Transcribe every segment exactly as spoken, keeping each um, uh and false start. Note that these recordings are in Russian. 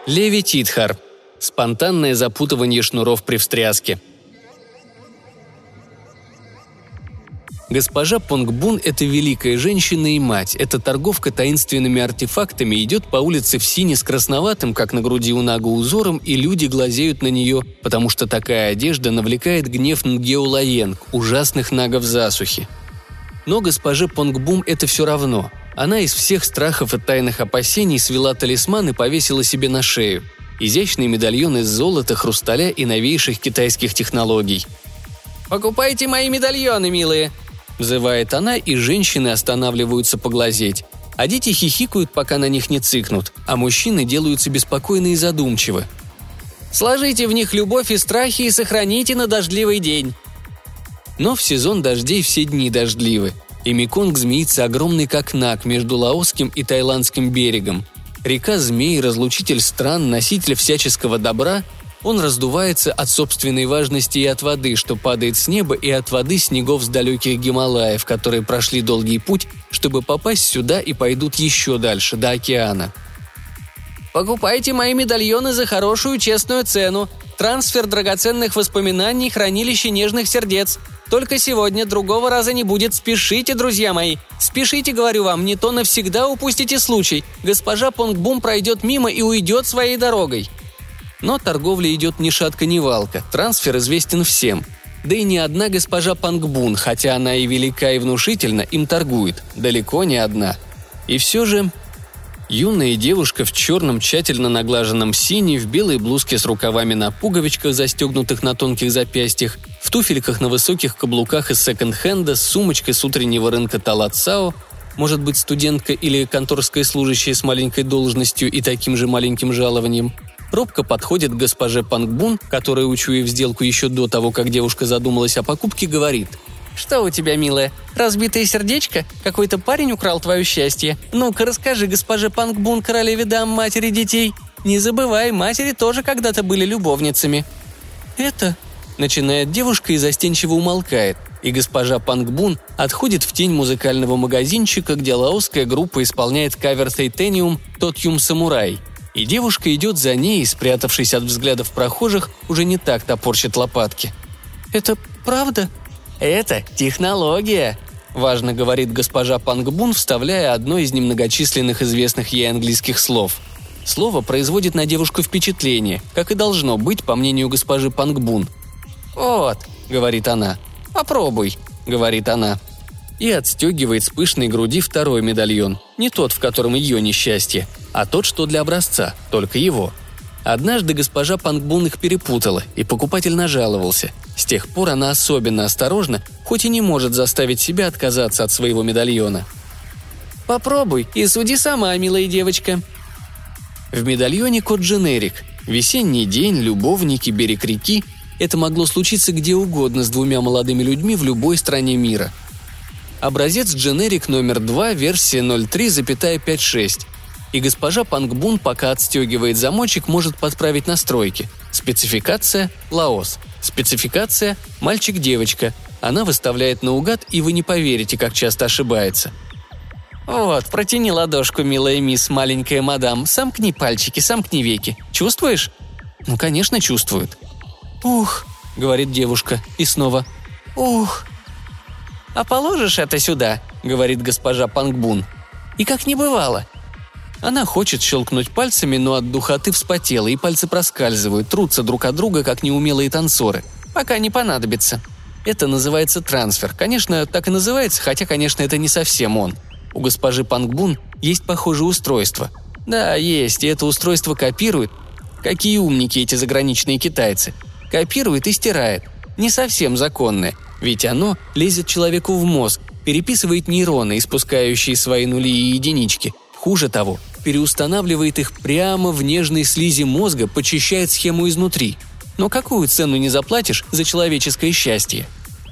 Леви Титхар. Спонтанное запутывание шнуров при встряске. Госпожа Понгбун – это великая женщина и мать. Эта торговка таинственными артефактами идет по улице в сине с красноватым, как на груди у Нага, узором, и люди глазеют на нее, потому что такая одежда навлекает гнев Нгео-Лаенг, ужасных нагов засухи. Но госпоже Понгбун это все равно. Она из всех страхов и тайных опасений свела талисман и повесила себе на шею. Изящный медальон из золота, хрусталя и новейших китайских технологий. «Покупайте мои медальоны, милые!» – взывает она, и женщины останавливаются поглазеть. А дети хихикают, пока на них не цыкнут, а мужчины делаются беспокойны и задумчивы. «Сложите в них любовь и страхи и сохраните на дождливый день!» Но в сезон дождей все дни дождливы, и Меконг змеится огромный как Наг между Лаосским и Таиландским берегом. Река змей, разлучитель стран, носитель всяческого добра, он раздувается от собственной важности и от воды, что падает с неба, и от воды снегов с далеких Гималаев, которые прошли долгий путь, чтобы попасть сюда и пойдут еще дальше, до океана. «Покупайте мои медальоны за хорошую честную цену. Трансфер драгоценных воспоминаний, хранилище нежных сердец. Только сегодня, другого раза не будет. Спешите, друзья мои. Спешите, говорю вам, не то навсегда упустите случай. Госпожа Понгбун пройдет мимо и уйдет своей дорогой». Но торговля идет ни шатка, ни валка. Трансфер известен всем. Да и не одна госпожа Понгбун, хотя она и велика, и внушительна, им торгует. Далеко не одна. И все же... Юная девушка в черном тщательно наглаженном сине, в белой блузке с рукавами на пуговичках, застегнутых на тонких запястьях, в туфельках на высоких каблуках из секонд-хенда, с сумочкой с утреннего рынка Талат-Сао, может быть, студентка или конторская служащая с маленькой должностью и таким же маленьким жалованием, робко подходит к госпоже Понгбун, которая, учуяв сделку еще до того, как девушка задумалась о покупке, говорит: «Что у тебя, милая? Разбитое сердечко? Какой-то парень украл твое счастье? Ну-ка, расскажи госпоже Понгбун, королеве дам, матери детей. Не забывай, матери тоже когда-то были любовницами». «Это...» – начинает девушка и застенчиво умолкает, и госпожа Понгбун отходит в тень музыкального магазинчика, где лаосская группа исполняет кавер Тайтениум «Тотьюм Самурай». И девушка идет за ней, и, спрятавшись от взглядов прохожих, уже не так топорщит лопатки. «Это правда?» «Это технология», – важно говорит госпожа Понгбун, вставляя одно из немногочисленных известных ей английских слов. Слово производит на девушку впечатление, как и должно быть, по мнению госпожи Понгбун. «Вот», – говорит она. «Попробуй», – говорит она. И отстегивает с пышной груди второй медальон. Не тот, в котором ее несчастье, а тот, что для образца, только его. Однажды госпожа Понгбун их перепутала, и покупатель нажаловался. С тех пор она особенно осторожна, хоть и не может заставить себя отказаться от своего медальона. «Попробуй и суди сама, милая девочка». В медальоне код дженерик. Весенний день, любовники, берег реки. Это могло случиться где угодно с двумя молодыми людьми в любой стране мира. Образец дженерик номер два, версия ноль три пять шесть. И госпожа Понгбун, пока отстегивает замочек, может подправить настройки. Спецификация – Лаос. Спецификация – мальчик-девочка. Она выставляет наугад, и вы не поверите, как часто ошибается. «Вот, протяни ладошку, милая мисс, маленькая мадам. Сомкни пальчики, сомкни веки. Чувствуешь?» «Ну, конечно, чувствует». «Ух», — говорит девушка, и снова «ух». «А положишь это сюда», — говорит госпожа Понгбун. «И как не бывало». Она хочет щелкнуть пальцами, но от духоты вспотела, и пальцы проскальзывают, трутся друг от друга, как неумелые танцоры. Пока не понадобится. Это называется трансфер. Конечно, так и называется, хотя, конечно, это не совсем он. У госпожи Понгбун есть похожее устройство. Да, есть, и это устройство копирует. Какие умники эти заграничные китайцы. Копирует и стирает. Не совсем законное, ведь оно лезет человеку в мозг, переписывает нейроны, испускающие свои нули и единички. Хуже того, переустанавливает их прямо в нежной слизи мозга, почищает схему изнутри. Но какую цену не заплатишь за человеческое счастье?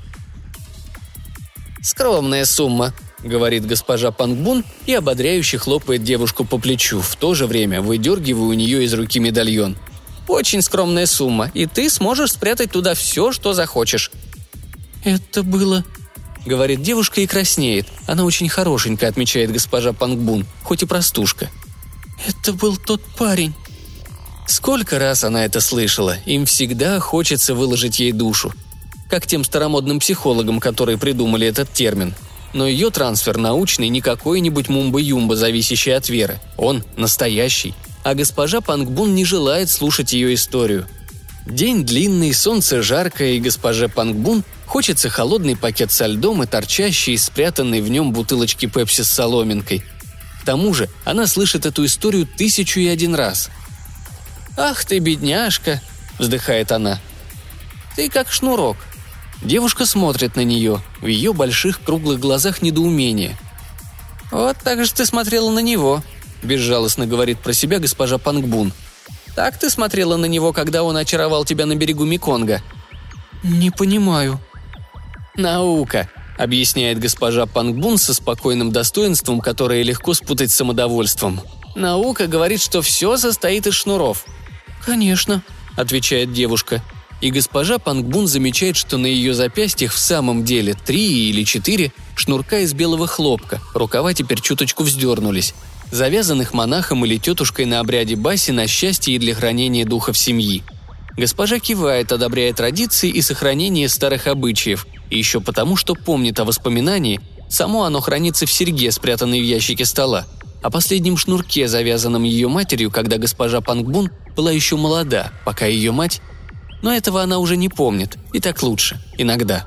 «Скромная сумма», — говорит госпожа Понгбун и ободряюще хлопает девушку по плечу, в то же время выдергивая у нее из руки медальон. «Очень скромная сумма, и ты сможешь спрятать туда все, что захочешь». «Это было...» — говорит девушка и краснеет. Она очень хорошенькая, отмечает госпожа Понгбун, хоть и простушка. «Это был тот парень». Сколько раз она это слышала, им всегда хочется выложить ей душу. Как тем старомодным психологам, которые придумали этот термин. Но ее трансфер научный не какой-нибудь мумба-юмба, зависящий от веры. Он настоящий. А госпожа Пангбун не желает слушать ее историю. День длинный, солнце жаркое, и госпоже Пангбун хочется холодный пакет со льдом и торчащие из спрятанной в нем бутылочки пепси с соломинкой. К тому же она слышит эту историю тысячу и один раз. «Ах ты, бедняжка!» – вздыхает она. «Ты как шнурок». Девушка смотрит на нее, в ее больших круглых глазах недоумение. «Вот так же ты смотрела на него», – безжалостно говорит про себя госпожа Пангбун. «Так ты смотрела на него, когда он очаровал тебя на берегу Меконга?» «Не понимаю». «Наука», – объясняет госпожа Пангбун со спокойным достоинством, которое легко спутать с самодовольством. «Наука говорит, что все состоит из шнуров». «Конечно», – отвечает девушка. И госпожа Пангбун замечает, что на ее запястьях в самом деле три или четыре шнурка из белого хлопка, рукава теперь чуточку вздернулись, завязанных монахом или тетушкой на обряде баси на счастье и для хранения духов семьи. Госпожа кивает, одобряя традиции и сохранение старых обычаев, и еще потому, что помнит о воспоминании, само оно хранится в серьге, спрятанной в ящике стола, о последнем шнурке, завязанном ее матерью, когда госпожа Пангбун была еще молода, пока ее мать... Но этого она уже не помнит, и так лучше, иногда.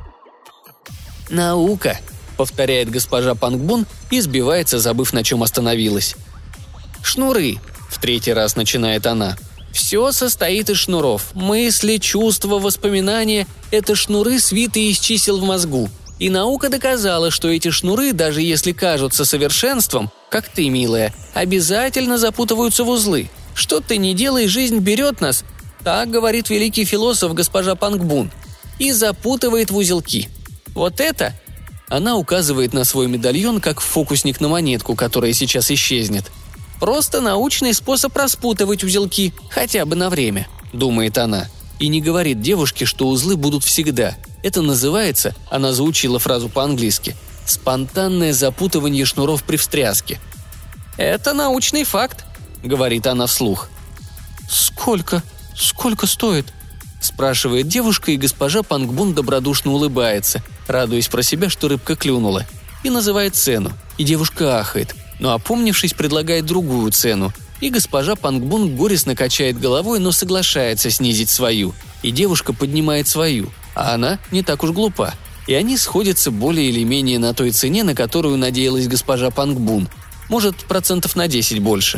«Наука», — повторяет госпожа Пангбун и сбивается, забыв, на чем остановилась. «Шнуры», — в третий раз начинает она. «Все состоит из шнуров. Мысли, чувства, воспоминания — это шнуры, свитые из чисел в мозгу. И наука доказала, что эти шнуры, даже если кажутся совершенством, как ты, милая, обязательно запутываются в узлы. Что ты ни делай, жизнь берет нас, так говорит великий философ госпожа Пангбун, и запутывает в узелки. Вот это...» Она указывает на свой медальон, как фокусник на монетку, которая сейчас исчезнет. «Просто научный способ распутывать узелки, хотя бы на время», — думает она. И не говорит девушке, что узлы будут всегда. Это называется, она заучила фразу по-английски, «спонтанное запутывание шнуров при встряске». «Это научный факт», — говорит она вслух. «Сколько? Сколько стоит?» – спрашивает девушка, и госпожа Пангбун добродушно улыбается, радуясь про себя, что рыбка клюнула, и называет цену, и девушка ахает, но, опомнившись, предлагает другую цену, и госпожа Пангбун горестно качает головой, но соглашается снизить свою, и девушка поднимает свою, а она не так уж глупа, и они сходятся более или менее на той цене, на которую надеялась госпожа Пангбун, может, процентов на десять больше.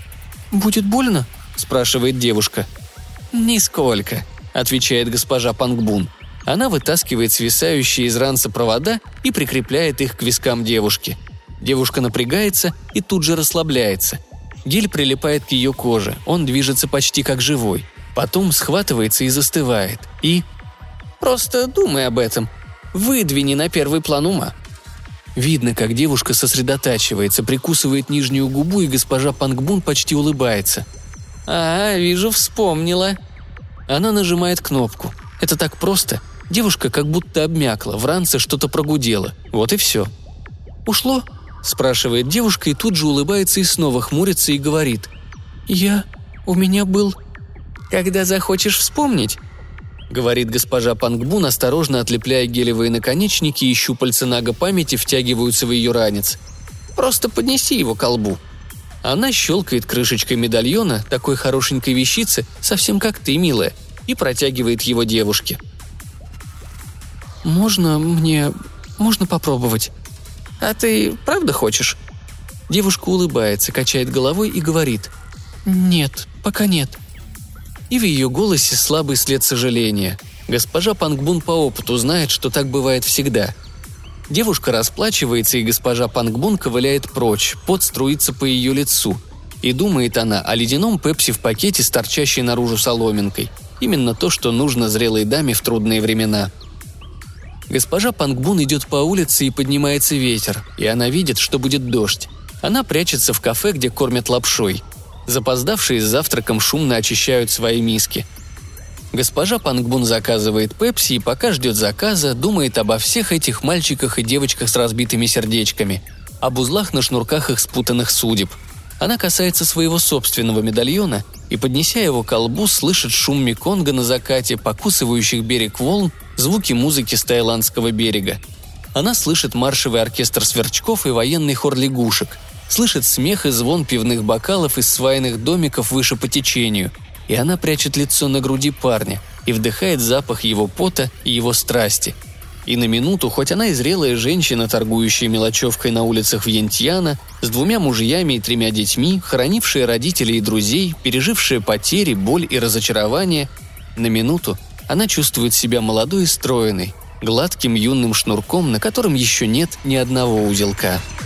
«Будет больно?» – спрашивает девушка. «Нисколько», – отвечает госпожа Пангбун. Она вытаскивает свисающие из ранца провода и прикрепляет их к вискам девушки. Девушка напрягается и тут же расслабляется. Гель прилипает к ее коже, он движется почти как живой. Потом схватывается и застывает. И... «Просто думай об этом. Выдвини на первый план ума». Видно, как девушка сосредотачивается, прикусывает нижнюю губу, и госпожа Пангбун почти улыбается. «А, вижу, вспомнила». Она нажимает кнопку. Это так просто. Девушка как будто обмякла, в ранце что-то прогудело. Вот и все. «Ушло?» – спрашивает девушка, и тут же улыбается и снова хмурится и говорит. «Я... у меня был...» «Когда захочешь вспомнить», – говорит госпожа Пангбун, осторожно отлепляя гелевые наконечники, и щупальца нага памяти втягиваются в ее ранец. «Просто поднеси его ко лбу». Она щелкает крышечкой медальона, такой хорошенькой вещицы, совсем как ты, милая, и протягивает его девушке. «Можно мне... можно попробовать?» «А ты правда хочешь?» Девушка улыбается, качает головой и говорит. «Нет, пока нет». И в ее голосе слабый след сожаления. Госпожа Пангбун по опыту знает, что так бывает всегда. Девушка расплачивается, и госпожа Пангбун ковыляет прочь, пот струится по ее лицу. И думает она о ледяном пепси в пакете с торчащей наружу соломинкой. Именно то, что нужно зрелой даме в трудные времена. Госпожа Пангбун идет по улице, и поднимается ветер, и она видит, что будет дождь. Она прячется в кафе, где кормят лапшой. Запоздавшие с завтраком шумно очищают свои миски. Госпожа Пангбун заказывает пепси, и пока ждет заказа, думает обо всех этих мальчиках и девочках с разбитыми сердечками, об узлах на шнурках их спутанных судеб. Она касается своего собственного медальона и, поднеся его к колбу, слышит шум меконга на закате, покусывающих берег волн, звуки музыки с таиландского берега. Она слышит маршевый оркестр сверчков и военный хор лягушек, слышит смех и звон пивных бокалов из свайных домиков выше по течению, и она прячет лицо на груди парня и вдыхает запах его пота и его страсти. И на минуту, хоть она и зрелая женщина, торгующая мелочевкой на улицах Вьентьяна, с двумя мужьями и тремя детьми, хоронившая родителей и друзей, пережившая потери, боль и разочарование, на минуту она чувствует себя молодой и стройной, гладким юным шнурком, на котором еще нет ни одного узелка.